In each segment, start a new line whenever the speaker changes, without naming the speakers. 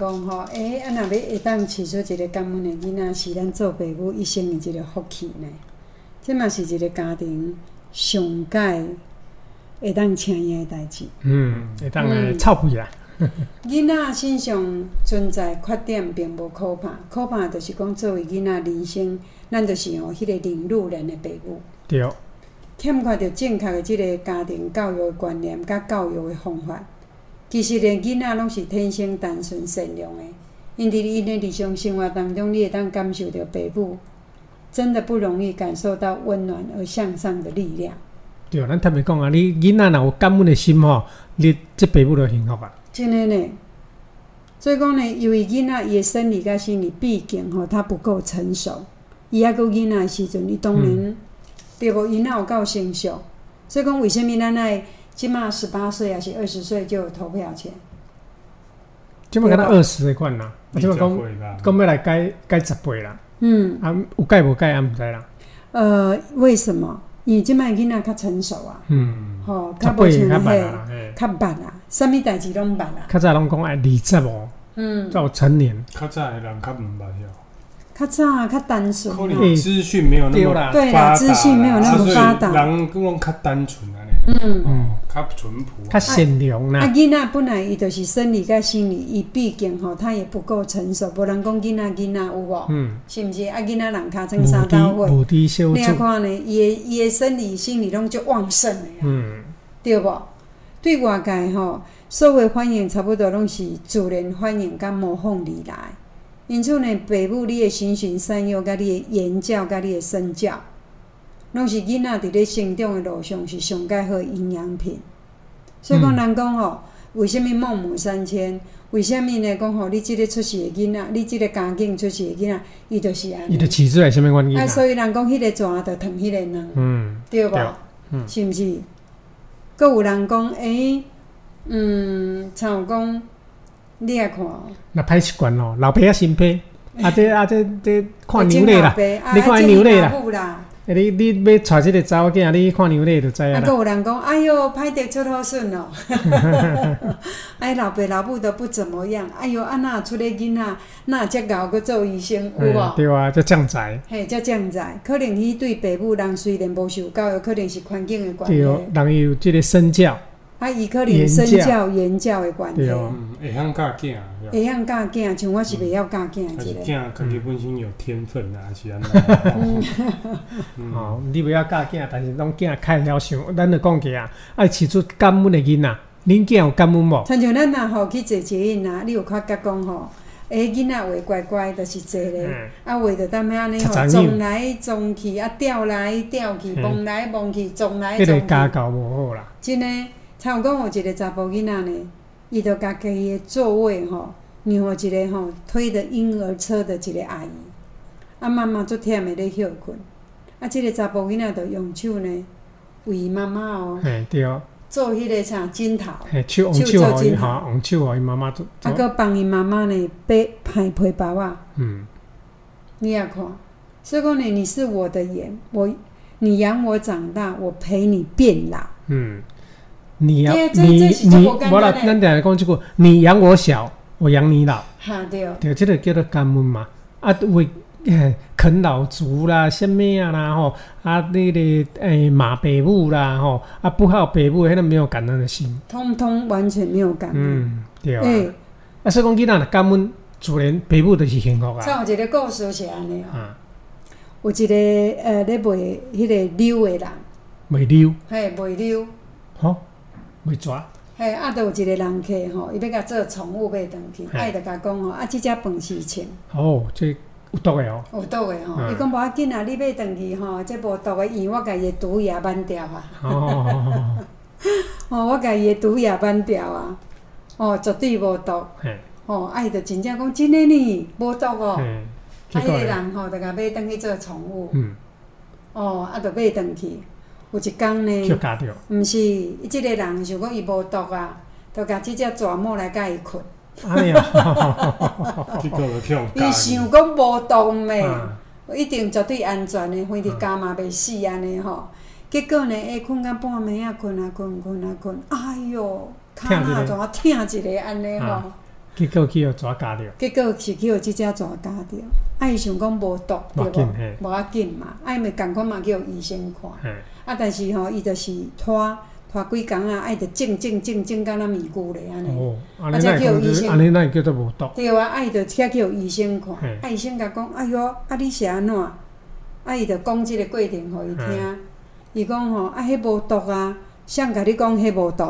讲吼，若要会当饲出一个感恩的囡仔，是咱做父母一生的一个福气呢。这嘛是一个家庭上解会当请伊的代志。
会当臭屁啦。
囡仔身上存在缺点并无可怕，可怕就是讲作为囡仔人生，咱就是迄个领路人的父母。
对。
欠缺着正确的即个家庭教育的观念甲教育的方法。其实连囡仔拢是天生单纯善良的，因伫因的日常生活当中，你会当感受到父母真的不容易感受到温暖而向上的力量。
对，咱特别讲啊，你囡仔若有感恩的心吼，你这父母就幸福啊。
真的呢，所以讲呢，由于囡仔伊的生理甲心理毕竟吼，他不够成熟，伊还佫囡仔的时阵，伊当然。对无，伊哪有够成熟？所以讲，为什么咱爱即马18岁还是20岁就有投票权？
即马敢若20的款啦，即马讲要来改10倍啦。有改无改毋知啦。
为什么？因为即马囡仔较成熟啊。吼，较无像较慢啊，啥物代志拢慢啊。
较早拢讲爱25，才有成年。
较早的人较毋捌晓。
较早较单纯，
可能资讯没有那么发达，
对啦，资讯没有那么发达，
人讲较单纯安尼，较淳朴，
较善良啦。
囡仔本来伊就是生理甲心理，伊毕竟吼，他也不够成熟，无人讲囡仔有无？是毋是？囡仔人尻川三斗火，你啊看呢？伊的生理心理拢足旺盛的呀，对无？对外界吼，所有反应差不多拢是自然反应甲模仿而来。因此呢，父母你的循循善诱，甲你的言教，甲你的身教，拢是囡仔伫咧成长的路上是上介好的营养品。所以讲，人讲吼，为什么孟母三迁？为什么呢？讲吼，你即个出世的囡仔，你即个家境出世的囡仔，伊就是安尼。
伊就饲出来什么原因？
所以人讲，迄个蛇就烫迄个卵，对无？是毋是？阁有人讲，像讲。你来看哦，
那歹习惯咯，老爸啊新爸，这看牛类啦，你看牛类啦，你要带这个查某囝，你看牛类就知啦。
还有人讲，哎哟，歹得出好笋哦，哎，老爸老母都不怎么样，哎哟，啊哪出个囡仔，哪遮熬去做医生，有无？
对啊，才降财。
嘿，才降财，可能伊对父母人虽然无受教育，可能是环境的关系。
对哦，人有这个身教。
伊可能身教言教的关系，
会晓教囝，
会晓教囝，像我是袂晓教囝一个。
囝家己本身有天分啊，还是安
怎？哦，你袂晓教囝，但是拢囝较晓想，咱就讲起啊，爱饲出感恩的囡仔，恁囝有感恩无？
亲像咱若吼去坐捷运啊，你有发觉讲吼，囡仔画乖乖，就是坐咧，啊画着当安尼吼，撞来撞去，啊吊来吊去，摸来摸去，撞来撞去。迄
个家教无好啦。
真诶。像讲有一个查甫囡仔呢，伊就家己的座位吼，让互一个吼推着婴儿车的一个阿姨，啊妈妈足忝的咧休困，啊即个查甫囡仔就用手呢为妈妈哦，
对哦，
做迄个啥枕头，
手做枕头，用手互伊妈妈做，
啊搁帮伊妈妈呢背皮包啊，你也看，所以讲呢，你是我的眼，你养我长大，我陪你变老，你我啦，咱定讲即句，你养我小，我养你老。哈对。对，这个叫做感恩嘛。啊，为啃老族啦，什么啊啦吼，啊那个骂父母啦吼，啊不好父母，迄个没有感恩的心。通通完全没有感恩。对啊。啊，所以讲囡仔感恩，自然父母就是幸福啊。像有一个故事是安尼哦，有一个咧卖迄个溜的人。卖溜。嘿，卖溜。好。袂蛇，嘿，啊，就有一个人客吼，伊要甲做宠物买转去，啊，伊就甲讲吼，啊，即只饭是穿。哦，这有毒的哦。有毒的吼，伊讲无要紧啊，你买转去吼，这无毒的，因为我家己的毒液挽掉啊。哦。哦，我家己的毒液挽掉啊，哦，绝对无毒。嘿。哦，啊，伊就真正讲真的呢，无毒哦。啊，迄个人吼，就甲买转去做宠物。哦，啊，就买转去。有一天呢，毋是，伊即个人想讲伊无毒啊，就甲即只蛇母来甲伊困。安尼啊，伊想讲无毒咩，一定绝对安全的，反正家嘛袂死安尼吼。结果呢，困到半暝啊，困，哎哟，骹哪怎啊疼一个安尼吼。
结果去互蛇咬着，
结果是去互即只蛇咬着。啊，伊想讲无毒，对无？无要紧嘛，伊咪共款嘛去互医生看。啊，但是吼，伊就是拖几工啊，爱着静到咱咪久咧安尼。
哦，
啊，才去互医生。
安尼那叫做无毒。
对啊，伊着才去互医生看。啊，医生甲讲，哎哟，啊你是安怎？啊，伊着讲即个过程互伊听。伊讲吼，啊，迄无毒啊，谁甲你讲迄无毒？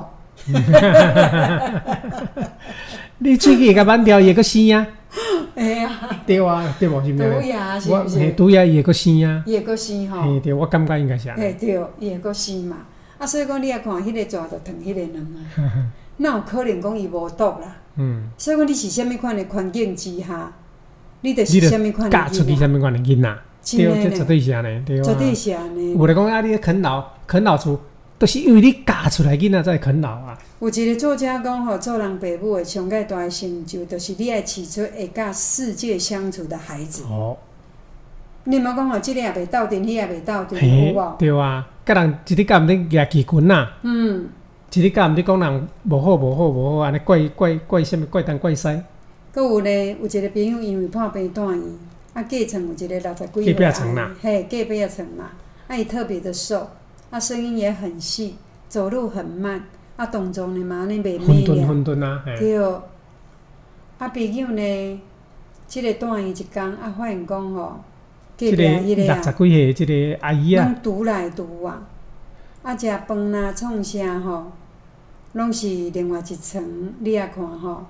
你喙齿会甲挽掉，伊会阁生啊？
会啊。
对啊，对无？是毋是？
毒牙是毋是？
毒牙伊会阁生啊？
伊会阁生吼。
嘿，对，我感觉应该是安尼。
嘿，对，伊会阁生嘛。啊，所以讲你啊看，迄个蛇着烫迄个卵啊，哪有可能讲伊无毒啦？所以讲你是啥物款的环境之下，你就是啥物款的
教出去啥物款的囡仔，对，这绝对是安尼，对啊。
绝对是安尼。
有来讲啊，你啃老厝，都是因为你教出来囡仔才啃老啊。
有一个作家讲吼，做人爸母的上界大的成就，就是你爱饲出会甲世界相处的孩子。哦。你莫讲吼，即个也袂斗阵，迄也袂斗阵，有无？
对啊，甲人一日甲毋咧举旗棍啊。一日甲毋咧讲人无好，安尼怪啥物怪东怪西。
阁有咧，有一个朋友因为破病住院，啊，隔层有一个60几岁的阿姨，嘿，隔壁层嘛，啊，伊特别的瘦，啊，声音也很细，走路很慢，啊，动作呢嘛，安尼袂美咧。
混沌啊，
对。啊，朋友呢，即个住院一工，啊，发现讲吼。
即个60几岁即个阿姨啊，
拢独来独往，啊，食饭啦、创啥吼，拢是另外一层。你啊看吼，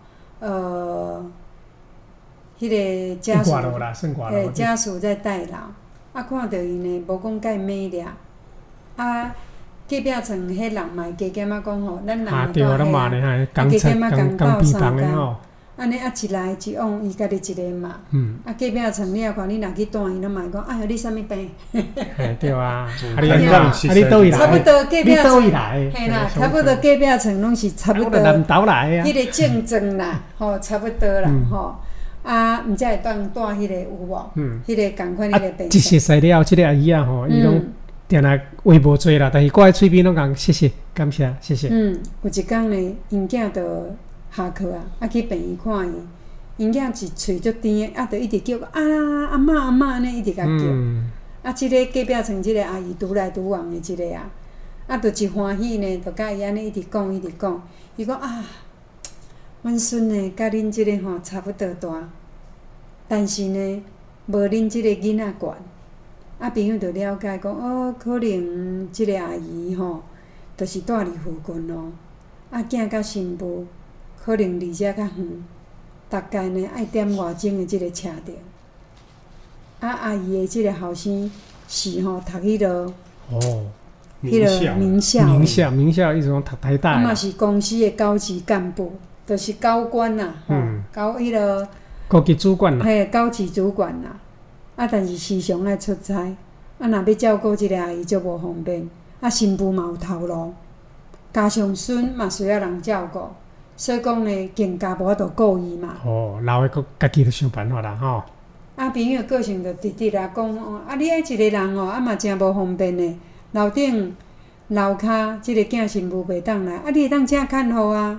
迄个家属，嘿，家属在代劳，啊，看到伊呢，无讲介美丽，啊，隔壁层迄人嘛加减仔讲吼，咱人会住遐，啊，加减仔共斗相共。安尼啊，一来一往，伊家己一个嘛。啊，隔壁层你啊看，你若去住院，拢嘛会讲，哎呀，你啥物病？
嘿，对啊。啊，你倒位来？
差不多隔壁层。
嘿
啦，差不多隔壁层拢是差不多。
南投来啊。
迄个竞争啦，吼，差不多啦，吼。啊，毋知会当住迄个有无？迄个共款迄个病。
一熟悉了，即个阿姨啊吼，伊拢定来话无多啦，但是挂在嘴边拢讲谢谢，感谢，谢谢。
有一工呢，因囝着。下课啊，去病院看伊，因囝一喙足甜的，啊，着一直叫啊阿嬷安尼一直甲叫。啊，即个隔壁床即个阿姨独来独往的即个啊，啊，着一欢喜呢，着甲伊安尼一直讲。伊讲啊，阮孙呢，甲恁即个吼差不多大，但是呢，无恁即个囡仔悬。啊，朋友着了解讲，哦，可能即个阿姨吼，着是住伫附近咯。啊，囝甲新妇。可能离遮较远，大概呢爱点外钟的即个车程。啊，阿姨的即个后生是吼读迄落，迄落名
校，意思讲读台大。
啊嘛是公司的高级干部，就是高官啦，高迄落
高级主管啦。
嘿，高级主管啦。啊，但是时常爱出差，啊，若要照顾即个阿姨就无方便。啊，新妇嘛有头路，加上孙嘛需要人照顾。所以讲呢，更加无法度顾伊嘛。
老诶，佮家己著想办法啦，吼。
啊，朋友个性著直直啦讲哦，啊，你爱一个人哦，啊嘛真无方便呢。楼顶楼骹即个囝新妇袂当来，啊，你会当请看护啊。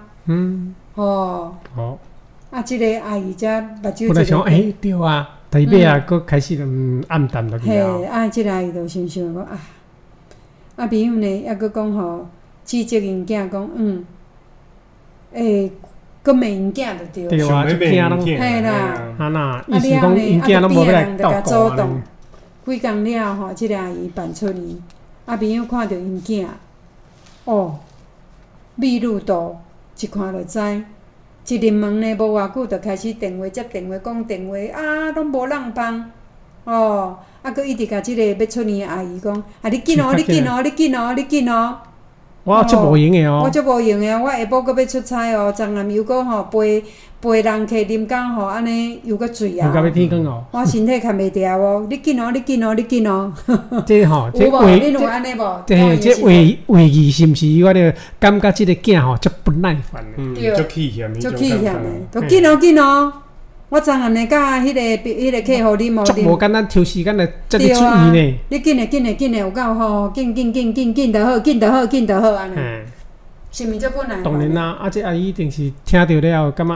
啊，即个阿姨遮目睭。本来想，
对啊，但是尾啊，佮开始暗淡落去
嘿，啊，即个阿姨著想想讲啊，啊，朋友呢，抑佮讲吼，指责因囝讲佮骂因囝就对。
对啊，就惊拢。
嘿啦，
啊那，意思讲因囝拢无要来斗顾。
几工了吼，即个阿姨办出去，啊朋友看到因囝，密入度一看就知。一入门呢，无偌久就开始电话接电话讲电话，啊拢无人帮。啊佮一直甲即个要出院的阿姨讲，啊你紧哦，你紧哦。
我足无闲的哦，
我足无闲的，我下晡阁要出差哦，昨暗又阁吼陪人客啉工吼，安尼又阁醉啊！
又甲要天光哦，
我身体看袂牢哦，你紧哦！
这吼，
有无？恁有安尼无？
对，这话语是毋是？我着感觉即个囝吼足不耐烦
的，
足气嫌的，
都紧哦！我昨暗呢，甲迄个客户啉无啉，
足无简单，抽时间来接你出院呢。
你紧嘞，有够吼，紧就好，安尼。是毋是足不耐烦？
当然啦，啊，这阿姨一定是听到了，感觉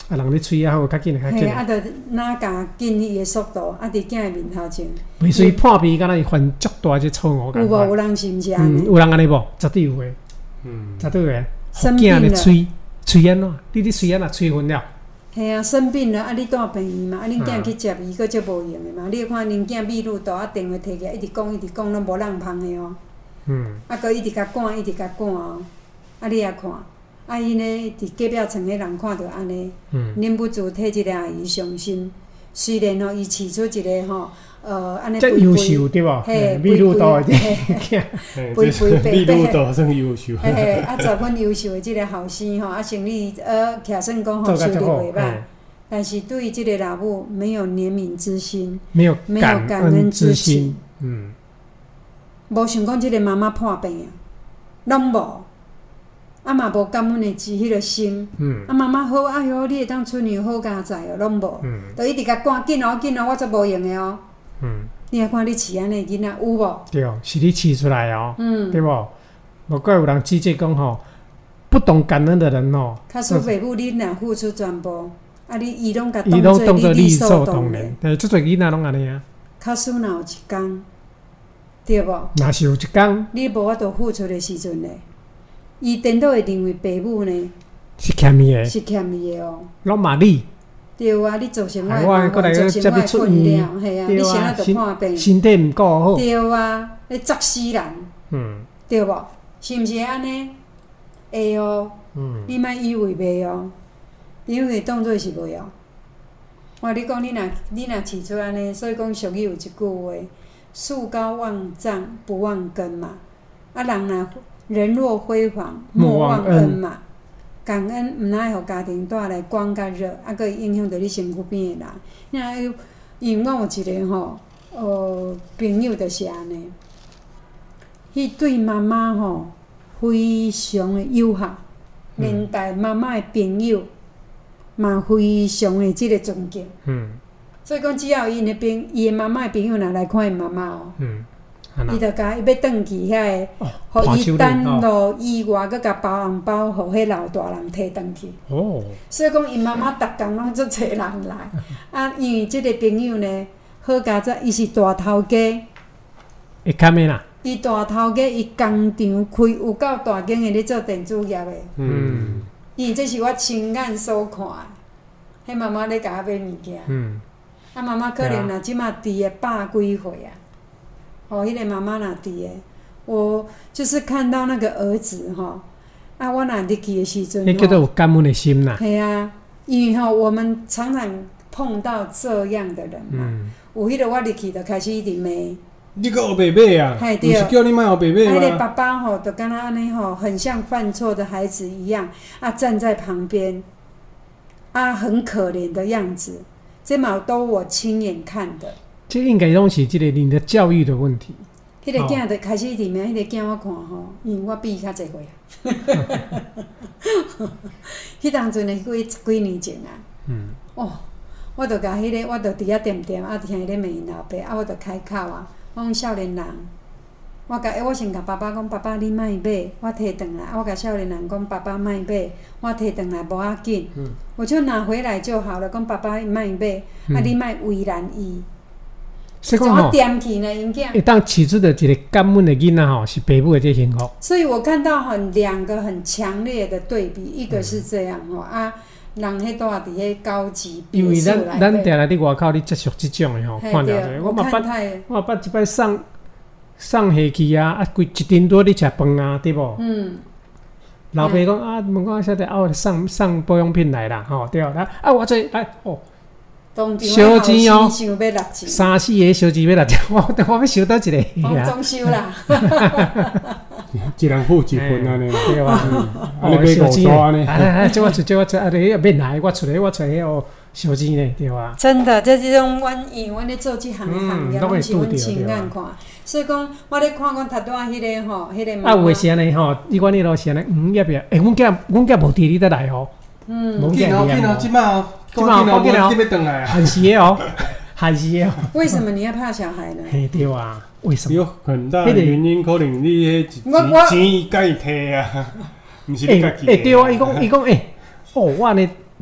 啊，人咧吹啊，好较紧较紧。
嘿，啊，着哪加紧伊个速度，啊，伫囝诶面头前。
袂随破鼻，敢若伊犯足大只错误。
有无？有人是毋是安尼？
有人安尼无？绝对有诶。绝对有诶。囝咧吹安怎？你吹安怎吹昏了？
嘿啊，生病了啊！你带病院嘛？啊，恁囝去接伊，佫足无用诶嘛？你看恁囝秘鲁大啊，电话摕起来，一直讲，拢无人芳诶哦。啊，佫一直甲赶哦。啊，你也看，啊，伊呢伫隔壁床诶人看到安尼，忍不住替即个阿姨伤心。虽然吼，伊饲出一个吼，安尼
真优秀对无？
嘿，
秘鲁大诶
囝，肥肥白白，
秘鲁大算优秀。
嘿，啊，10分优秀诶即个后生吼，啊，生理徛算讲吼，收入袂歹，但是对即个老母没有怜悯之心，
没有
感恩之心，无想讲即个妈妈破病啊，拢无。啊嘛无感恩的迄个心，啊妈妈好，哎哟，你会当出院好佳哉哦，拢无，就一直甲赶紧哦，我则无用的哦。你来看你饲安尼囡仔有无？
对，是你饲出来哦，对无？无怪有人指责讲吼，不懂感恩的人哦。
卡叔父母，你若付出全部，啊伊拢甲
当做
理
所
当然。
对，即侪囡仔拢安尼啊。
卡叔若有一天，对无？
若是有一天，
你无法度付出的时阵咧。伊颠倒会认为父母呢
是欠伊的，
是欠伊的哦。
拢嘛你。
对啊，你造成我的麻烦，造成我的困扰，嘿啊，你现在就破病，
身体毋顾好。
对啊，你砸死人，对无？是毋是安尼？会哦，你莫以为袂哦，因为当作是袂哦。我你讲你若饲出安尼，所以讲俗语有一句话：树高望丈，不忘根嘛。啊，人若辉煌，莫忘恩嘛。感恩毋哪会互家庭带来光甲热，啊，佫会影响到你身躯边的人。因为我有一个吼，朋友就是安尼，伊对妈妈吼非常的友好，连带妈妈的朋友嘛非常的即个尊敬。所以讲，只要伊的妈妈的朋友若来看伊妈妈哦。伊就甲伊要转去遐个，互伊等落意外，佮甲包红包，互迄老大人摕转去。所以讲，伊妈妈逐工拢足侪人来。啊，因为即个朋友呢，好佳哉，伊是大头家。
会看咩啦？
伊大头家，伊工厂开有够大间的咧做电子业的。因为这是我亲眼所看的。迄妈妈咧甲我买物件。啊，妈妈可能若即马伫个100几岁啊。迄个妈妈哪伫诶？我就是看到那个儿子啊，我若入去的时阵，
迄叫做有感恩的心啦。
系啊，因为我们常常碰到这样的人嘛。有迄个我入去就开始一直骂。
你个学伯伯啊？
嘿，对。
不是叫你莫学伯伯吗？
迄个爸爸就敢若安尼很像犯错的孩子一样啊，站在旁边啊，很可怜的样子。这嘛都我亲眼看的。
这应该拢是你的教育的问题。
迄个囝就开始伫面，迄个囝我看因为我比伊较侪岁啊。迄当阵的几年前啊。我就甲迄个，我就伫遐点点啊，听伊咧骂因老爸，啊，我就开口啊，我讲少年人，我先甲爸爸讲，爸爸你莫买，我摕转来。我甲少年人讲，爸爸莫买，我摕转来无要紧，我就拿回来就好了。讲爸爸莫买，啊，你莫为难伊。
所以讲吼，会当饲出的一个感恩的囡仔吼，是父母的这幸福。
所以我看到两个很强烈的对比，一个是这样啊，人迄住伫迄高级别墅内底。
因为咱定来伫外口，你接触即种的看了者。我嘛捌一摆送下去啊，规一顿多你食饭啊，对无？老爸讲啊，问我晓得我送保养品来啦，对啦，我这来烧钱哦，3、4个烧钱要6钱，我要烧倒一个。
装修啦，
一人付一份安尼，
对吧？
安尼买5纸安尼。
哎，叫我出，啊，你免来，我出迄个烧钱呢，对吧？
真的，这种因为阮咧做即行业，拢是阮亲眼看，所以讲我咧看讲头段迄个迄个。
有诶是安尼你管你咯是安尼，要不要？阮囝无伫你得来哦。
紧哦，即摆要转来啊！
很邪哦，很邪哦。
为什么你要怕小孩呢？
对啊，为什么？
有很大的原因，可能你钱伊甲伊摕啊，毋是你家己。
对啊，伊讲我呢，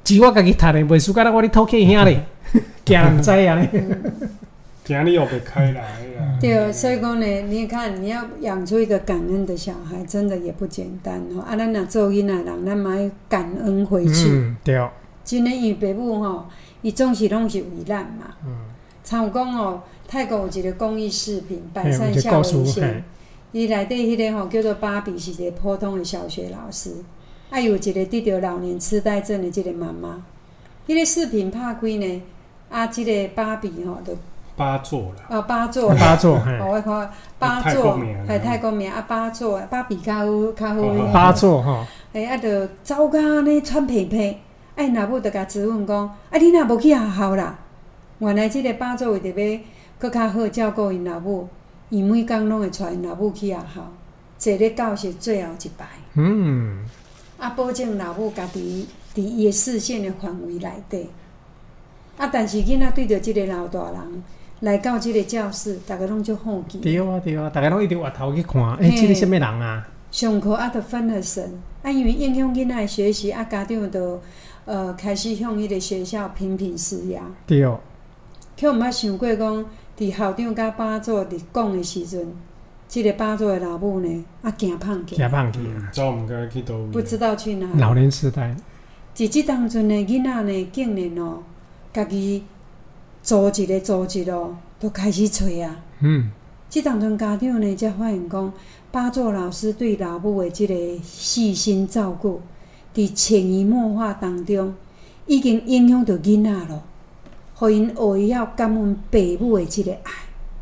字我家己读的，袂输甲我咧偷客兄咧，惊人知啊咧。
惊你学袂开来啦。
对，所以讲呢，你看你要养出一个感恩的小孩，真的也不简单吼。啊，咱若做囡仔人，咱嘛要感恩回去。
对。
真诶，因为爸母吼，伊总是拢是为咱嘛。像有讲吼，泰国有一个公益视频，百善孝为先。伊内底迄个吼叫做芭比，是一个普通的小学老师。啊，有一个得着老年痴呆症的即个妈妈。迄个视频拍开呢，啊，即个芭比吼就。
八座啦。
哦，八座。
八座，
我看八座，泰国名啊，八座，芭比较好。
八座吼。
啊，就走甲安尼喘屁屁。因老母就甲质问讲：啊，你若无去学校啦？原来即个八座为着要搁较好照顾因老母，伊每工拢会带因老母去学校，坐咧教室最后一排。啊，保证老母家己伫伊的视线的范围内底。啊，但是囡仔对着即个老大人来到即个教室，逐个拢足好奇。
对啊，逐个拢一直回头去看，即个什么人啊？
上课啊，就分了神。啊，因为影响囡仔的学习，啊，家长就开始向迄个学校频频施压。
对。
却毋捌想过讲，伫校长甲班组伫讲的时阵，即个班组的老母呢，啊，惊胖去。
走毋知去倒位。
不知道去哪里。
老年痴呆。
伫即当阵呢，囡仔呢，竟然哦，家己组一个哦，都开始找啊。即当阵家长呢，才发现讲，班组老师对老母的即个细心照顾，伫潜移默化当中，已经影响到囡仔咯。互因学会晓感恩爸母的即个爱。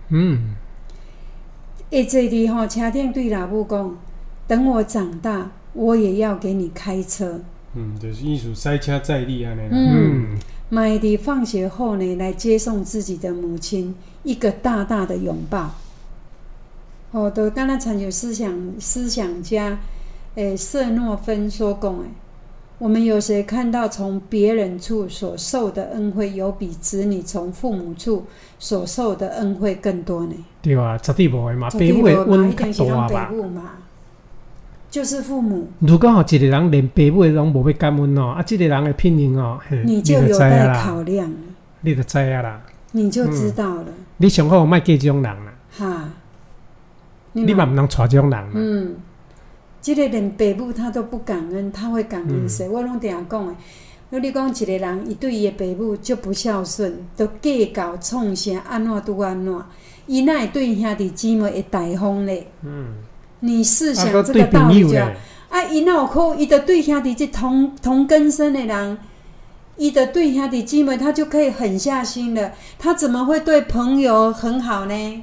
会坐伫吼车顶对老母讲：等我长大，我也要给你开车。
就是意思塞车载你安尼啦。
嘛会伫放学后呢，来接送自己的母亲，一个大大的拥抱。就敢若参照思想家瑟诺芬所讲的。我们有谁看到从别人处所受的恩惠，有比子女从父母处所受的恩惠更多呢？
对啊，绝对无的嘛，爸母的恩较大
吧？就是父母。
如果一个人连爸母的拢无要感恩哦，这个人的品行哦，
你就有待考量了。
你就知啊啦，
你就知道了。
你上好莫嫁这种人啦。
哈，
你嘛唔能娶这种人啦。
这个连爸母他都不感恩，他会感恩谁？我拢定下讲的。你讲一个人，伊对伊的爸母就不孝顺，都计较创啥安怎拄安怎，伊哪会对兄弟姊妹会大方咧？你试想这个道理就啊，伊哪有可伊的对兄弟这同根生的人，伊的对兄弟姊妹他就可以狠下心了，他怎么会对朋友很好呢？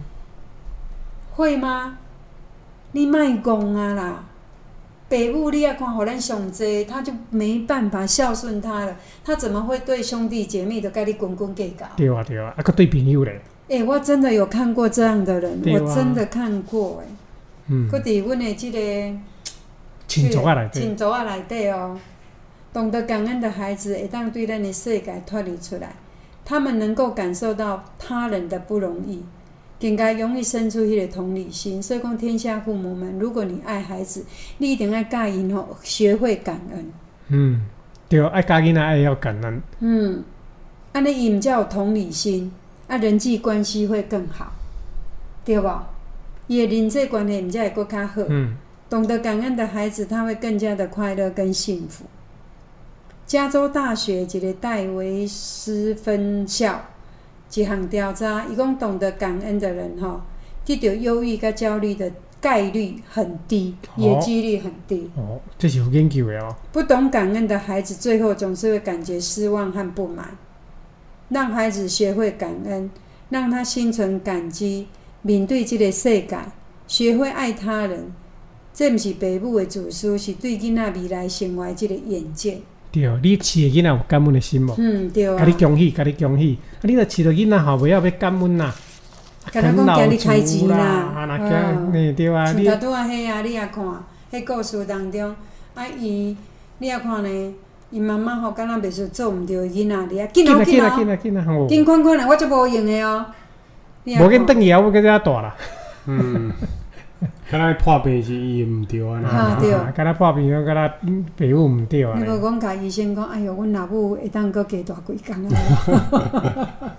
会吗？你莫讲啊啦！爸母你要看，互咱上济，他就没办法孝顺他了。他怎么会对兄弟姐妹都跟你滚滚计较？
对啊，佮对朋友咧。
我真的有看过这样的人，我真的看过佮伫阮的这个
亲族仔
内底哦，懂得感恩的孩子会当对咱的世界脱离出来，他们能够感受到他人的不容易。更加容易生出迄个同理心，所以讲天下父母们，如果你爱孩子，你一定要教因学会感恩。
对，爱教囡仔爱要感恩。安尼
伊毋才有同理心，人际关系会更好，对吧？伊的人际关系毋才会更较好。懂得感恩的孩子，他会更加的快乐跟幸福。加州大学一个戴维斯分校。一项调查，伊讲懂得感恩的人得到忧郁跟焦虑的概率很低，也几率很低。
这是有研究的哦。
不懂感恩的孩子，最后总是会感觉失望和不满。让孩子学会感恩，让他心存感激，面对这个世界，学会爱他人。这不是爸母的自私，是对囡仔未来生活这个远见。
对，你饲的囡仔有感恩的心无？
对啊。
甲你恭喜，甲你恭喜！你若饲着囡仔袂晓要感恩啦，
甲咱讲今日开钱
啦，对啊。
像头拄仔迄你也看，迄故事当中，伊你也看呢，伊妈妈敢若袂说做毋着囡仔，你啊紧款啦，我足无用的哦。
无紧等伊啊，我搁遮大啦。
敢若破病是伊毋对啊，
哈对，
敢若破病，敢若爸母毋对啊。
你无讲甲医生讲，哎哟，阮老母会当搁加大几工啊？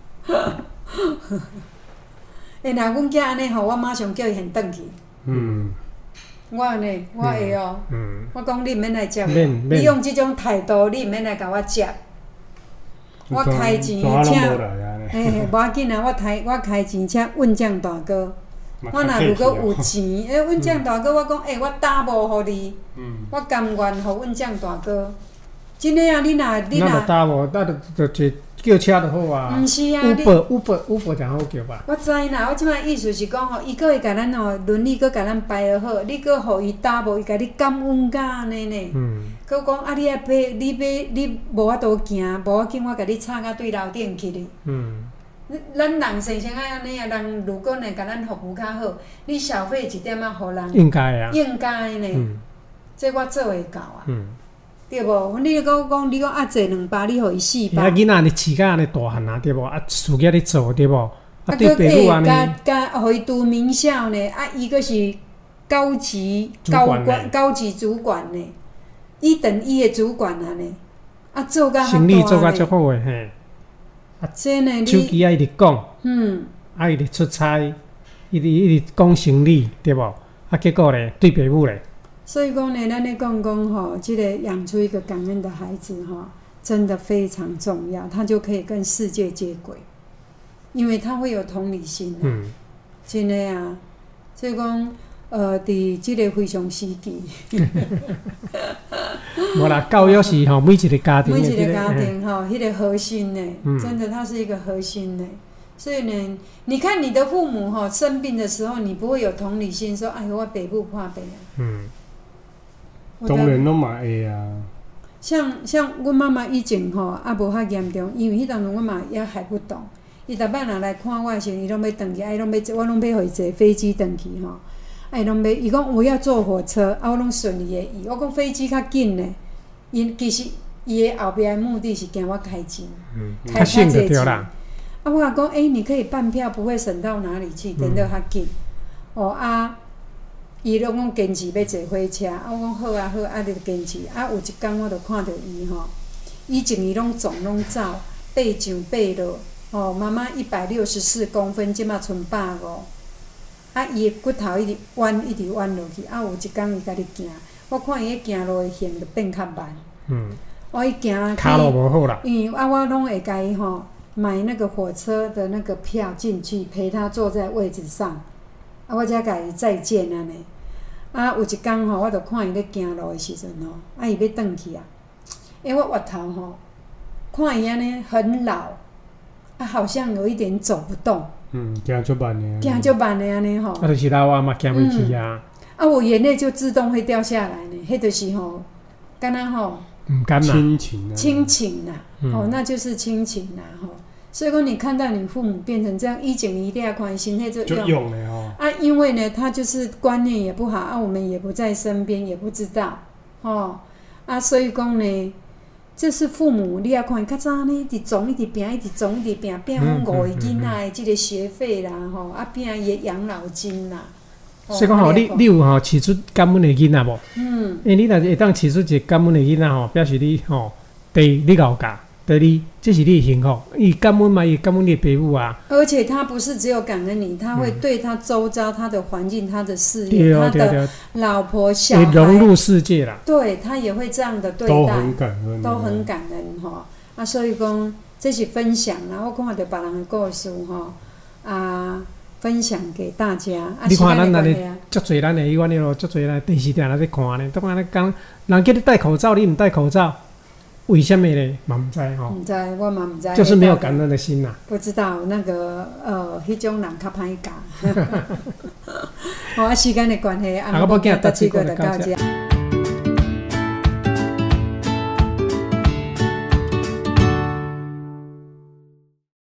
若阮囝安尼吼，我马上叫伊现转去。我安尼，我会哦。我讲你毋免来接我，你用即种态度，你毋免来甲我接。我开钱请，无要紧啊！我开钱请稳将大哥。我若如果有钱，稳将大哥，我讲我打无互你，我甘愿互稳将大哥。真诶啊！你若
打无，那就叫车就好啊。
毋是啊
，Uber 真好叫吧？
我知啦，我即摆意思是讲吼，伊搁会甲咱吼伦理，搁甲咱排好，你搁互伊打无，伊甲你感恩甲安尼呢。搁讲啊，你你无法度行，无要紧，我甲你插到对楼顶去哩。咱人生生爱安尼啊，人如果呢甲咱服务较好，你消费一点仔互人。
应该啊。
应该呢。这我做会到啊。对无？你讲你讲啊，坐2巴，你互伊4巴。
囡仔你饲甲安尼大汉啊，对无？啊，事业咧做对无？啊，对爸母安尼。
甲互伊读名校呢，啊，伊阁是高级主管呢，1等1的主管啊呢，啊，做甲
生意做甲足好诶嘿。啊，
这呢，你
手机啊，伊直讲，啊，伊直出差，伊直讲生理对无？啊，结果咧，对爸母咧。
所以讲呢，咱咧讲吼，这个养出一个感恩的孩子吼，真的非常重要，他就可以跟世界接轨，因为他会有同理心啊。真的啊，所以讲伫这个非常时期，
无啦，教育是吼每一个家庭，
吼，迄个核心呢，真的，它是一个核心呢。所以呢，你看你的父母吼生病的时候，你不会有同理心，说哎呦我爸母破病啊。
当然拢嘛会啊。
像阮妈妈以前吼啊无遐严重，因为迄当中我嘛也还不懂。伊逐摆若来看我的时候，伊拢要转去，我拢要互伊坐飞机转去吼。伊讲我要坐火车，我拢顺伊的意。我讲飞机较紧呢，其实伊的后壁的目的是惊我开钱，开较济钱。啊，我讲你可以办票，不会省到哪里去，等到较紧。伊拢讲坚持要坐火车，我讲好啊，你就坚持。有一天我就看到伊吼，以前伊拢走，爬上爬落，妈妈164公分，即马剩150。伊的骨头一直弯落去。有一天伊家己行，我看伊咧行路的行就变较慢。伊行
骹路无好啦。
我拢会甲伊吼买那个火车的那个票进去，陪他坐在位置上。我才甲伊再见安尼。有一天吼，我就看伊咧行路的时阵吼，伊要转去啊。我额头吼，看伊安尼很老，好像有一点走不动。
行足慢
的安尼吼。
就是老啊嘛，行袂去啊。
我眼泪就自动会掉下来呢。迄就是吼，敢若吼，
唔甘啦，
亲情啦，那就是亲情啦吼。所以讲，你看到你父母变成这样，以前伊咧看身体就
用了吼。
因为呢，他就是观念也不好，我们也不在身边，也不知道，所以讲呢，这是父母你要看，较早呢一直种一直拼，拼阮5个囡仔的这个学费啦，拼伊的养老金啦。
所以讲吼，你有吼饲出感恩的囡仔无？你若会当饲出一个感恩的囡仔吼，表示你吼第你老家。对这是你的幸福。伊感恩嘛，伊感恩你的爸母啊。
而且他不是只有感恩你，他会对他周遭、他的环境、他的事业、他的老婆、小孩
融入世界啦。
对他也会这样的对待，都很感恩哈。所以讲这是分享啦，我看到别人的故事分享给大家。
你看咱安尼，足侪咱的医院咯，足侪咱电视电咧看呢，当安尼讲，人叫你戴口罩，你唔戴口罩。为什么呢？嘛唔知吼。唔知，
我嘛唔知。
就是没有感恩的心呐。
不知道那个迄种人较歹教。时间的关系，我们今日到这个就到这。